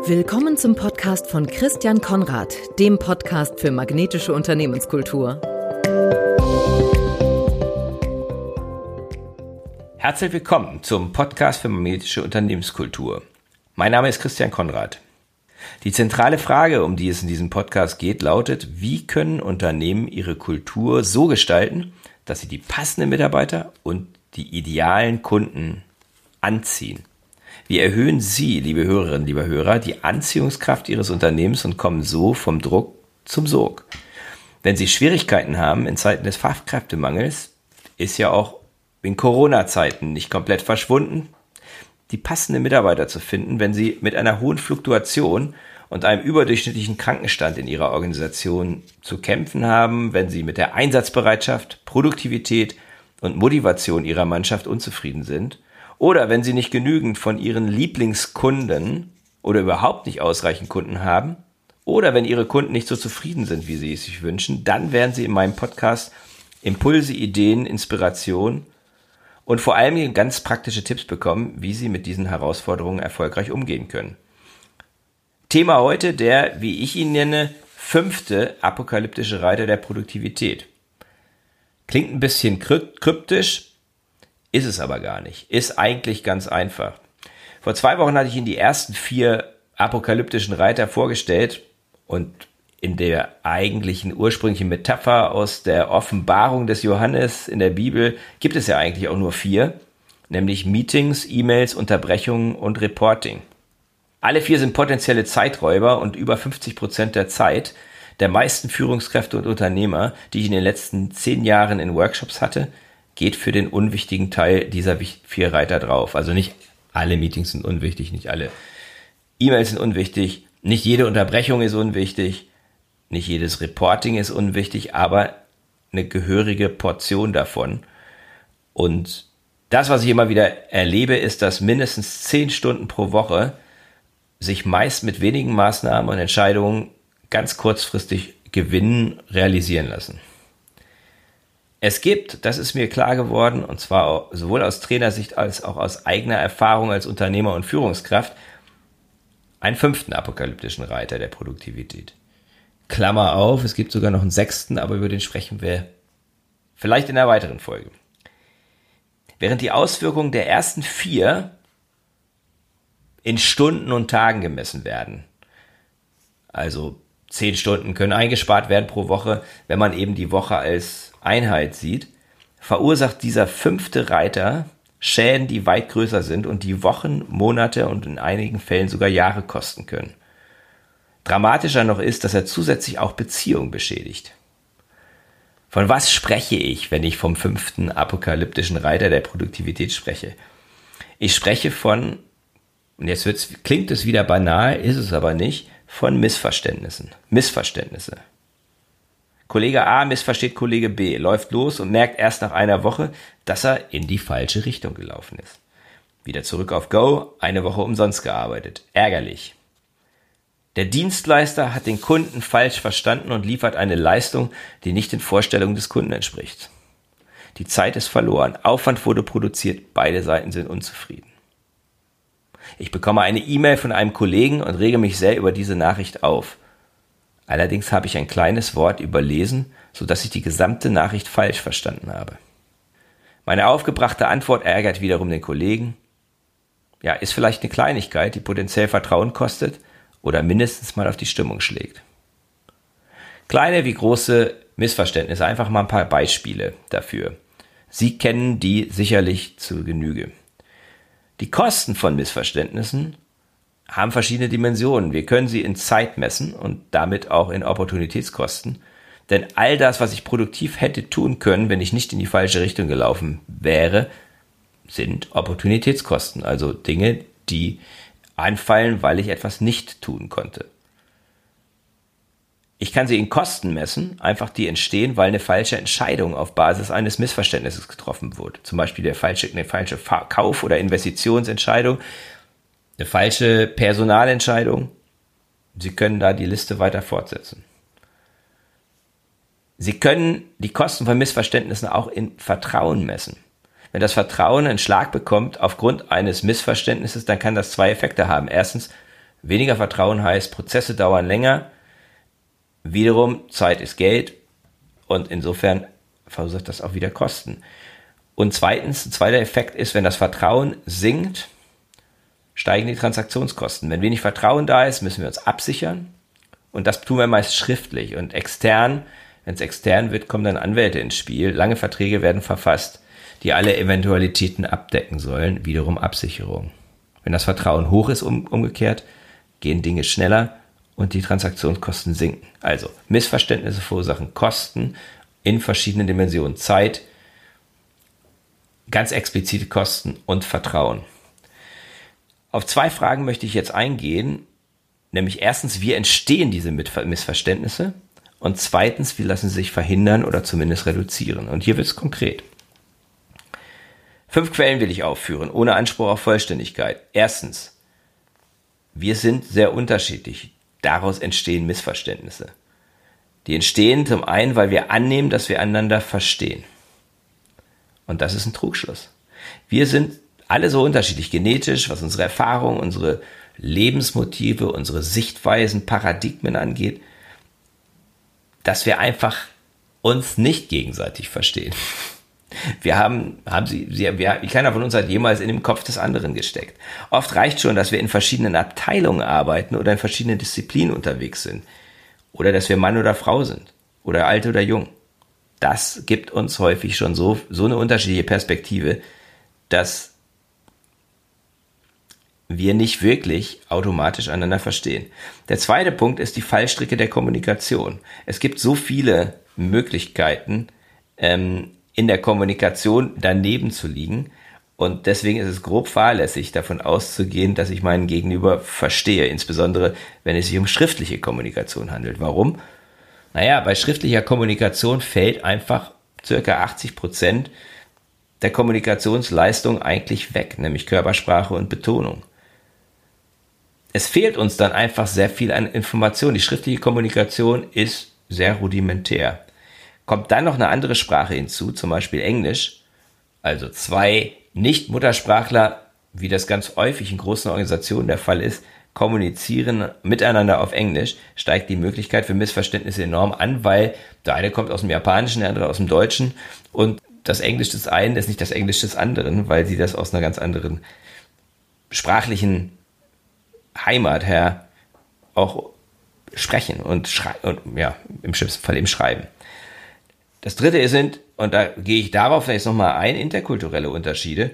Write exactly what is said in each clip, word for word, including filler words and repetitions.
Willkommen zum Podcast von Christian Konrad, dem Podcast für magnetische Unternehmenskultur. Herzlich willkommen zum Podcast für magnetische Unternehmenskultur. Mein Name ist Christian Konrad. Die zentrale Frage, um die es in diesem Podcast geht, lautet: Wie können Unternehmen ihre Kultur so gestalten, dass sie die passenden Mitarbeiter und die idealen Kunden anziehen? Wie erhöhen Sie, liebe Hörerinnen, liebe Hörer, die Anziehungskraft Ihres Unternehmens und kommen so vom Druck zum Sog? Wenn Sie Schwierigkeiten haben in Zeiten des Fachkräftemangels, ist ja auch in Corona-Zeiten nicht komplett verschwunden, die passenden Mitarbeiter zu finden, wenn Sie mit einer hohen Fluktuation und einem überdurchschnittlichen Krankenstand in Ihrer Organisation zu kämpfen haben, wenn Sie mit der Einsatzbereitschaft, Produktivität und Motivation Ihrer Mannschaft unzufrieden sind, oder wenn Sie nicht genügend von Ihren Lieblingskunden oder überhaupt nicht ausreichend Kunden haben, oder wenn Ihre Kunden nicht so zufrieden sind, wie Sie es sich wünschen, dann werden Sie in meinem Podcast Impulse, Ideen, Inspiration und vor allem ganz praktische Tipps bekommen, wie Sie mit diesen Herausforderungen erfolgreich umgehen können. Thema heute der, wie ich ihn nenne, fünfte apokalyptische Reiter der Produktivität. Klingt ein bisschen kryptisch, ist es aber gar nicht. Ist eigentlich ganz einfach. Vor zwei Wochen hatte ich Ihnen die ersten vier apokalyptischen Reiter vorgestellt und in der eigentlichen ursprünglichen Metapher aus der Offenbarung des Johannes in der Bibel gibt es ja eigentlich auch nur vier, nämlich Meetings, E-Mails, Unterbrechungen und Reporting. Alle vier sind potenzielle Zeiträuber und über fünfzig Prozent der Zeit der meisten Führungskräfte und Unternehmer, die ich in den letzten zehn Jahren in Workshops hatte, geht für den unwichtigen Teil dieser vier Reiter drauf. Also nicht alle Meetings sind unwichtig, nicht alle E-Mails sind unwichtig, nicht jede Unterbrechung ist unwichtig, nicht jedes Reporting ist unwichtig, aber eine gehörige Portion davon. Und das, was ich immer wieder erlebe, ist, dass mindestens zehn Stunden pro Woche sich meist mit wenigen Maßnahmen und Entscheidungen ganz kurzfristig gewinnen, realisieren lassen. Es gibt, das ist mir klar geworden, und zwar sowohl aus Trainersicht als auch aus eigener Erfahrung als Unternehmer und Führungskraft, einen fünften apokalyptischen Reiter der Produktivität. Klammer auf, es gibt sogar noch einen sechsten, aber über den sprechen wir vielleicht in einer weiteren Folge. Während die Auswirkungen der ersten vier in Stunden und Tagen gemessen werden, also zehn Stunden können eingespart werden pro Woche, wenn man eben die Woche als Einheit sieht, verursacht dieser fünfte Reiter Schäden, die weit größer sind und die Wochen, Monate und in einigen Fällen sogar Jahre kosten können. Dramatischer noch ist, dass er zusätzlich auch Beziehungen beschädigt. Von was spreche ich, wenn ich vom fünften apokalyptischen Reiter der Produktivität spreche? Ich spreche von, und jetzt wird's, klingt es wieder banal, ist es aber nicht, von Missverständnissen. Missverständnisse. Kollege A missversteht Kollege B, läuft los und merkt erst nach einer Woche, dass er in die falsche Richtung gelaufen ist. Wieder zurück auf Go, eine Woche umsonst gearbeitet. Ärgerlich. Der Dienstleister hat den Kunden falsch verstanden und liefert eine Leistung, die nicht den Vorstellungen des Kunden entspricht. Die Zeit ist verloren, Aufwand wurde produziert, beide Seiten sind unzufrieden. Ich bekomme eine E-Mail von einem Kollegen und rege mich sehr über diese Nachricht auf. Allerdings habe ich ein kleines Wort überlesen, sodass ich die gesamte Nachricht falsch verstanden habe. Meine aufgebrachte Antwort ärgert wiederum den Kollegen. Ja, ist vielleicht eine Kleinigkeit, die potenziell Vertrauen kostet oder mindestens mal auf die Stimmung schlägt. Kleine wie große Missverständnisse, einfach mal ein paar Beispiele dafür. Sie kennen die sicherlich zu Genüge. Die Kosten von Missverständnissen haben verschiedene Dimensionen. Wir können sie in Zeit messen und damit auch in Opportunitätskosten. Denn all das, was ich produktiv hätte tun können, wenn ich nicht in die falsche Richtung gelaufen wäre, sind Opportunitätskosten. Also Dinge, die anfallen, weil ich etwas nicht tun konnte. Ich kann sie in Kosten messen, einfach die entstehen, weil eine falsche Entscheidung auf Basis eines Missverständnisses getroffen wurde. Zum Beispiel der falsche, eine falsche Kauf- oder Investitionsentscheidung, eine falsche Personalentscheidung. Sie können da die Liste weiter fortsetzen. Sie können die Kosten von Missverständnissen auch in Vertrauen messen. Wenn das Vertrauen einen Schlag bekommt aufgrund eines Missverständnisses, dann kann das zwei Effekte haben. Erstens Weniger Vertrauen heißt, Prozesse dauern länger. Wiederum, Zeit ist Geld. Und insofern verursacht das auch wieder Kosten. Und zweitens, ein zweiter Effekt ist, wenn das Vertrauen sinkt, steigen die Transaktionskosten. Wenn wenig Vertrauen da ist, müssen wir uns absichern. Und das tun wir meist schriftlich. Und extern, wenn es extern wird, kommen dann Anwälte ins Spiel. Lange Verträge werden verfasst, die alle Eventualitäten abdecken sollen. Wiederum Absicherung. Wenn das Vertrauen hoch ist, um, umgekehrt, gehen Dinge schneller und die Transaktionskosten sinken. Also Missverständnisse verursachen Kosten in verschiedenen Dimensionen. Zeit, ganz explizite Kosten und Vertrauen. Auf zwei Fragen möchte ich jetzt eingehen, nämlich erstens, wie entstehen diese Missverständnisse? Und zweitens, wie lassen sie sich verhindern oder zumindest reduzieren? Und hier wird es konkret. Fünf Quellen will ich aufführen, ohne Anspruch auf Vollständigkeit. Erstens, wir sind sehr unterschiedlich. Daraus entstehen Missverständnisse. Die entstehen zum einen, weil wir annehmen, dass wir einander verstehen. Und das ist ein Trugschluss. Wir sind alle so unterschiedlich genetisch, was unsere Erfahrungen, unsere Lebensmotive, unsere Sichtweisen, Paradigmen angeht, dass wir einfach uns nicht gegenseitig verstehen. Wir haben, haben sie, sie wir, keiner von uns hat jemals in dem Kopf des anderen gesteckt. Oft reicht schon, dass wir in verschiedenen Abteilungen arbeiten oder in verschiedenen Disziplinen unterwegs sind. Oder dass wir Mann oder Frau sind. Oder alt oder jung. Das gibt uns häufig schon so, so eine unterschiedliche Perspektive, dass wir nicht wirklich automatisch einander verstehen. Der zweite Punkt ist die Fallstricke der Kommunikation. Es gibt so viele Möglichkeiten, ähm, in der Kommunikation daneben zu liegen. Und deswegen ist es grob fahrlässig, davon auszugehen, dass ich meinen Gegenüber verstehe, insbesondere wenn es sich um schriftliche Kommunikation handelt. Warum? Naja, bei schriftlicher Kommunikation fällt einfach circa achtzig Prozent der Kommunikationsleistung eigentlich weg, nämlich Körpersprache und Betonung. Es fehlt uns dann einfach sehr viel an Information. Die schriftliche Kommunikation ist sehr rudimentär. Kommt dann noch eine andere Sprache hinzu, zum Beispiel Englisch, also zwei Nicht-Muttersprachler, wie das ganz häufig in großen Organisationen der Fall ist, kommunizieren miteinander auf Englisch, steigt die Möglichkeit für Missverständnisse enorm an, weil der eine kommt aus dem Japanischen, der andere aus dem Deutschen und das Englisch des einen ist nicht das Englisch des anderen, weil sie das aus einer ganz anderen sprachlichen Heimat her auch sprechen und, schrei- und ja, im schlimmsten Fall eben schreiben. Das dritte sind, und da gehe ich darauf jetzt nochmal ein, interkulturelle Unterschiede.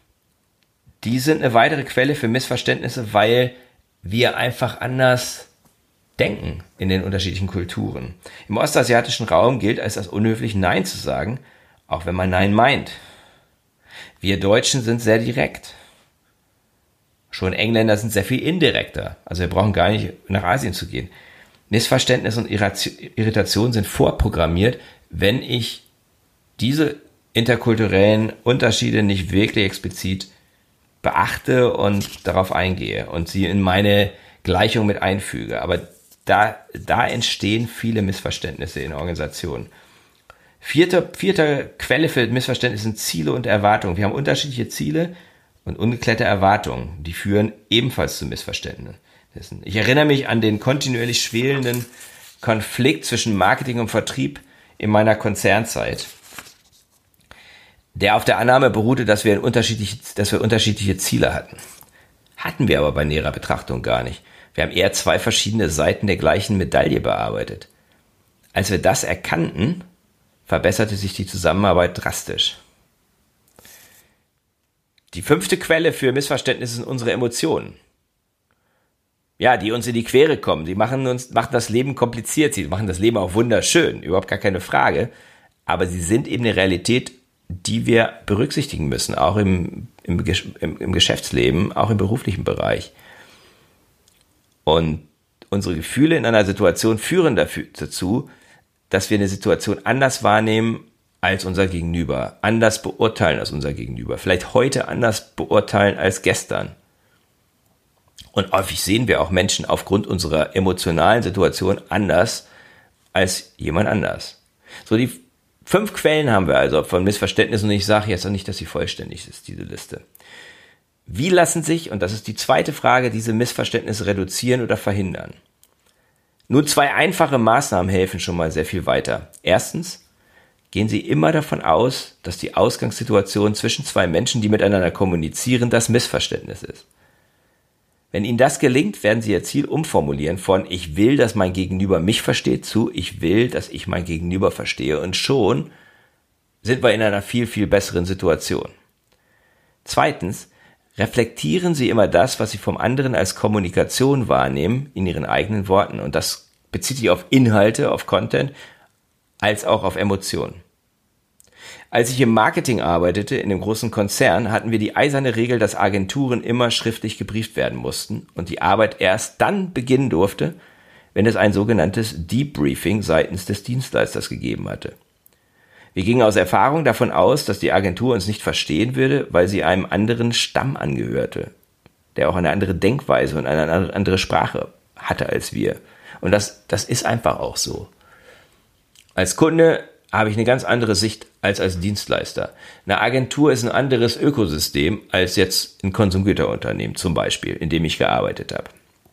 Die sind eine weitere Quelle für Missverständnisse, weil wir einfach anders denken in den unterschiedlichen Kulturen. Im ostasiatischen Raum gilt es als unhöflich, Nein zu sagen, auch wenn man Nein meint. Wir Deutschen sind sehr direkt. Schon Engländer sind sehr viel indirekter. Also wir brauchen gar nicht nach Asien zu gehen. Missverständnis und Irritation sind vorprogrammiert, wenn ich diese interkulturellen Unterschiede nicht wirklich explizit beachte und darauf eingehe und sie in meine Gleichung mit einfüge. Aber da, da entstehen viele Missverständnisse in Organisationen. Vierte, vierte Quelle für Missverständnisse sind Ziele und Erwartungen. Wir haben unterschiedliche Ziele und ungeklärte Erwartungen. Die führen ebenfalls zu Missverständnissen. Ich erinnere mich an den kontinuierlich schwelenden Konflikt zwischen Marketing und Vertrieb in meiner Konzernzeit, der auf der Annahme beruhte, dass wir unterschiedliche, dass wir unterschiedliche Ziele hatten. Hatten wir aber bei näherer Betrachtung gar nicht. Wir haben eher zwei verschiedene Seiten der gleichen Medaille bearbeitet. Als wir das erkannten, verbesserte sich die Zusammenarbeit drastisch. Die fünfte Quelle für Missverständnisse sind unsere Emotionen. Ja, die uns in die Quere kommen. Die machen uns, machen das Leben kompliziert. Sie machen das Leben auch wunderschön. Überhaupt gar keine Frage. Aber sie sind eben eine Realität, die wir berücksichtigen müssen. Auch im, im, im, im Geschäftsleben, auch im beruflichen Bereich. Und unsere Gefühle in einer Situation führen dafür, dazu, dass wir eine Situation anders wahrnehmen als unser Gegenüber. Anders beurteilen als unser Gegenüber. Vielleicht heute anders beurteilen als gestern. Und häufig sehen wir auch Menschen aufgrund unserer emotionalen Situation anders als jemand anders. So, die fünf Quellen haben wir also von Missverständnissen und ich sage jetzt auch nicht, dass sie vollständig ist, diese Liste. Wie lassen sich, und das ist die zweite Frage, diese Missverständnisse reduzieren oder verhindern? Nur zwei einfache Maßnahmen helfen schon mal sehr viel weiter. Erstens, gehen Sie immer davon aus, dass die Ausgangssituation zwischen zwei Menschen, die miteinander kommunizieren, das Missverständnis ist. Wenn Ihnen das gelingt, werden Sie Ihr Ziel umformulieren von ich will, dass mein Gegenüber mich versteht zu ich will, dass ich mein Gegenüber verstehe und schon sind wir in einer viel, viel besseren Situation. Zweitens, reflektieren Sie immer das, was Sie vom anderen als Kommunikation wahrnehmen, in Ihren eigenen Worten und das bezieht sich auf Inhalte, auf Content, als auch auf Emotionen. Als ich im Marketing arbeitete, in einem großen Konzern, hatten wir die eiserne Regel, dass Agenturen immer schriftlich gebrieft werden mussten und die Arbeit erst dann beginnen durfte, wenn es ein sogenanntes Debriefing seitens des Dienstleisters gegeben hatte. Wir gingen aus Erfahrung davon aus, dass die Agentur uns nicht verstehen würde, weil sie einem anderen Stamm angehörte, der auch eine andere Denkweise und eine andere Sprache hatte als wir. Und das, das ist einfach auch so. Als Kunde habe ich eine ganz andere Sicht als als Dienstleister. Eine Agentur ist ein anderes Ökosystem als jetzt ein Konsumgüterunternehmen zum Beispiel, in dem ich gearbeitet habe.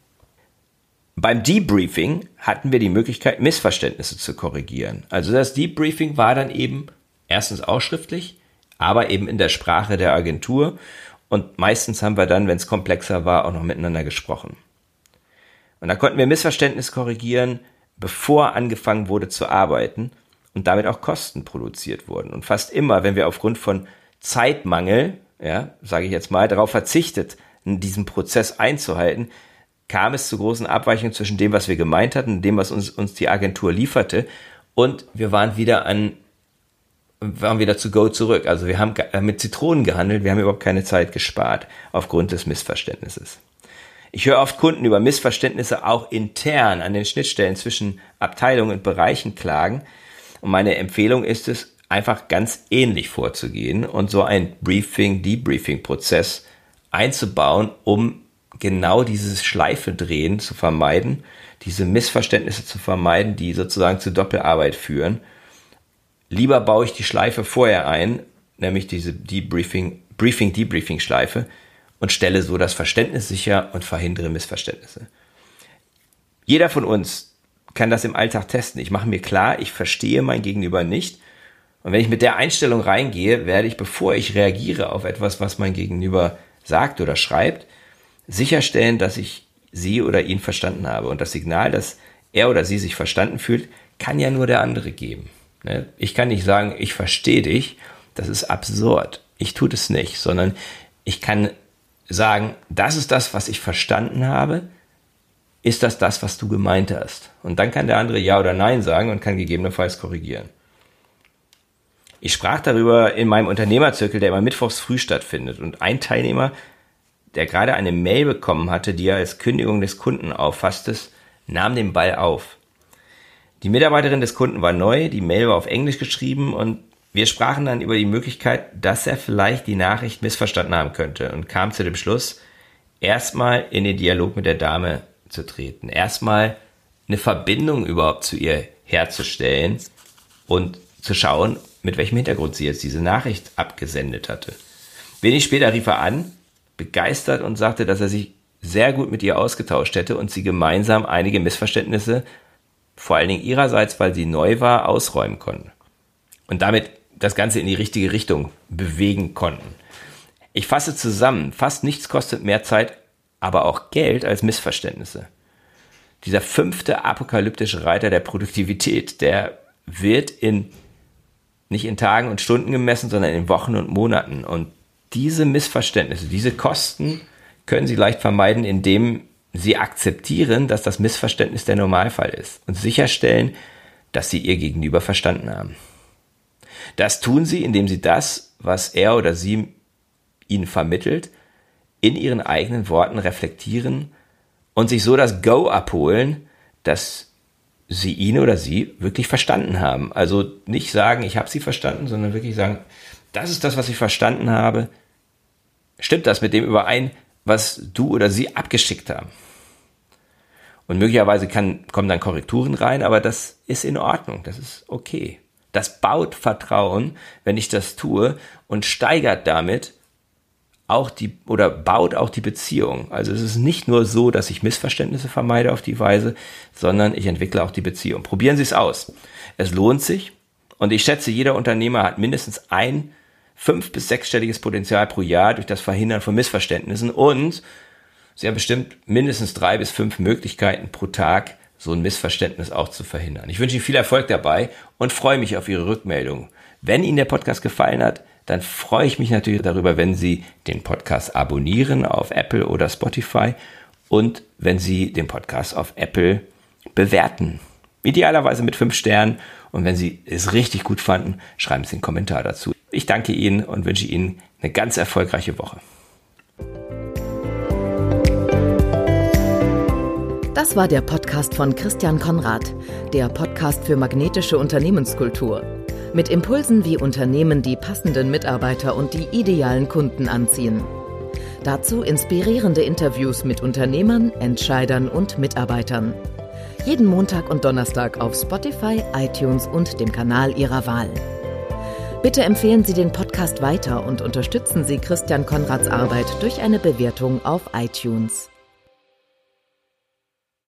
Beim Debriefing hatten wir die Möglichkeit, Missverständnisse zu korrigieren. Also das Debriefing war dann eben erstens auch schriftlich, aber eben in der Sprache der Agentur. Und meistens haben wir dann, wenn es komplexer war, auch noch miteinander gesprochen. Und da konnten wir Missverständnisse korrigieren, bevor angefangen wurde zu arbeiten und damit auch Kosten produziert wurden. Und fast immer, wenn wir aufgrund von Zeitmangel, ja, sage ich jetzt mal, darauf verzichtet, diesen Prozess einzuhalten, kam es zu großen Abweichungen zwischen dem, was wir gemeint hatten und dem, was uns, uns die Agentur lieferte. Und wir waren wieder an, waren wieder zu Go zurück. Also wir haben mit Zitronen gehandelt, wir haben überhaupt keine Zeit gespart aufgrund des Missverständnisses. Ich höre oft Kunden über Missverständnisse auch intern an den Schnittstellen zwischen Abteilungen und Bereichen klagen. Und meine Empfehlung ist es, einfach ganz ähnlich vorzugehen und so ein Briefing-Debriefing-Prozess einzubauen, um genau dieses Schleifedrehen zu vermeiden, diese Missverständnisse zu vermeiden, die sozusagen zu Doppelarbeit führen. Lieber baue ich die Schleife vorher ein, nämlich diese Debriefing, Briefing-Debriefing-Schleife und stelle so das Verständnis sicher und verhindere Missverständnisse. Jeder von uns kann das im Alltag testen. Ich mache mir klar, ich verstehe mein Gegenüber nicht. Und wenn ich mit der Einstellung reingehe, werde ich, bevor ich reagiere auf etwas, was mein Gegenüber sagt oder schreibt, sicherstellen, dass ich sie oder ihn verstanden habe. Und das Signal, dass er oder sie sich verstanden fühlt, kann ja nur der andere geben. Ich kann nicht sagen, ich verstehe dich, das ist absurd. Ich tue das nicht, sondern ich kann sagen, das ist das, was ich verstanden habe. Ist das das, was du gemeint hast? Und dann kann der andere Ja oder Nein sagen und kann gegebenenfalls korrigieren. Ich sprach darüber in meinem Unternehmerzirkel, der immer mittwochs früh stattfindet. Und ein Teilnehmer, der gerade eine Mail bekommen hatte, die er als Kündigung des Kunden auffasste, nahm den Ball auf. Die Mitarbeiterin des Kunden war neu, die Mail war auf Englisch geschrieben und wir sprachen dann über die Möglichkeit, dass er vielleicht die Nachricht missverstanden haben könnte und kam zu dem Schluss, erstmal in den Dialog mit der Dame zu treten, erstmal eine Verbindung überhaupt zu ihr herzustellen und zu schauen, mit welchem Hintergrund sie jetzt diese Nachricht abgesendet hatte. Wenig später rief er an, begeistert und sagte, dass er sich sehr gut mit ihr ausgetauscht hätte und sie gemeinsam einige Missverständnisse, vor allen Dingen ihrerseits, weil sie neu war, ausräumen konnten. Und damit das Ganze in die richtige Richtung bewegen konnten. Ich fasse zusammen, fast nichts kostet mehr Zeit, aber auch Geld als Missverständnisse. Dieser fünfte apokalyptische Reiter der Produktivität, der wird in nicht in Tagen und Stunden gemessen, sondern in Wochen und Monaten. Und diese Missverständnisse, diese Kosten können Sie leicht vermeiden, indem Sie akzeptieren, dass das Missverständnis der Normalfall ist und sicherstellen, dass Sie Ihr Gegenüber verstanden haben. Das tun Sie, indem Sie das, was er oder sie Ihnen vermittelt, in Ihren eigenen Worten reflektieren und sich so das Go abholen, dass Sie ihn oder sie wirklich verstanden haben. Also nicht sagen, ich habe sie verstanden, sondern wirklich sagen, das ist das, was ich verstanden habe. Stimmt das mit dem überein, was du oder sie abgeschickt haben? Und möglicherweise kann, kommen dann Korrekturen rein, aber das ist in Ordnung, das ist okay. Das baut Vertrauen, wenn ich das tue und steigert damit auch die oder baut auch die Beziehung. Also es ist nicht nur so, dass ich Missverständnisse vermeide auf die Weise, sondern ich entwickle auch die Beziehung. Probieren Sie es aus. Es lohnt sich und ich schätze, jeder Unternehmer hat mindestens ein fünf- bis sechsstelliges Potenzial pro Jahr durch das Verhindern von Missverständnissen und Sie haben bestimmt mindestens drei bis fünf Möglichkeiten pro Tag, so ein Missverständnis auch zu verhindern. Ich wünsche Ihnen viel Erfolg dabei und freue mich auf Ihre Rückmeldung. Wenn Ihnen der Podcast gefallen hat, dann freue ich mich natürlich darüber, wenn Sie den Podcast abonnieren auf Apple oder Spotify und wenn Sie den Podcast auf Apple bewerten. Idealerweise mit fünf Sternen und wenn Sie es richtig gut fanden, schreiben Sie einen Kommentar dazu. Ich danke Ihnen und wünsche Ihnen eine ganz erfolgreiche Woche. Das war der Podcast von Christian Konrad, der Podcast für magnetische Unternehmenskultur. Mit Impulsen, wie Unternehmen die passenden Mitarbeiter und die idealen Kunden anziehen. Dazu inspirierende Interviews mit Unternehmern, Entscheidern und Mitarbeitern. Jeden Montag und Donnerstag auf Spotify, iTunes und dem Kanal Ihrer Wahl. Bitte empfehlen Sie den Podcast weiter und unterstützen Sie Christian Konrads Arbeit durch eine Bewertung auf iTunes.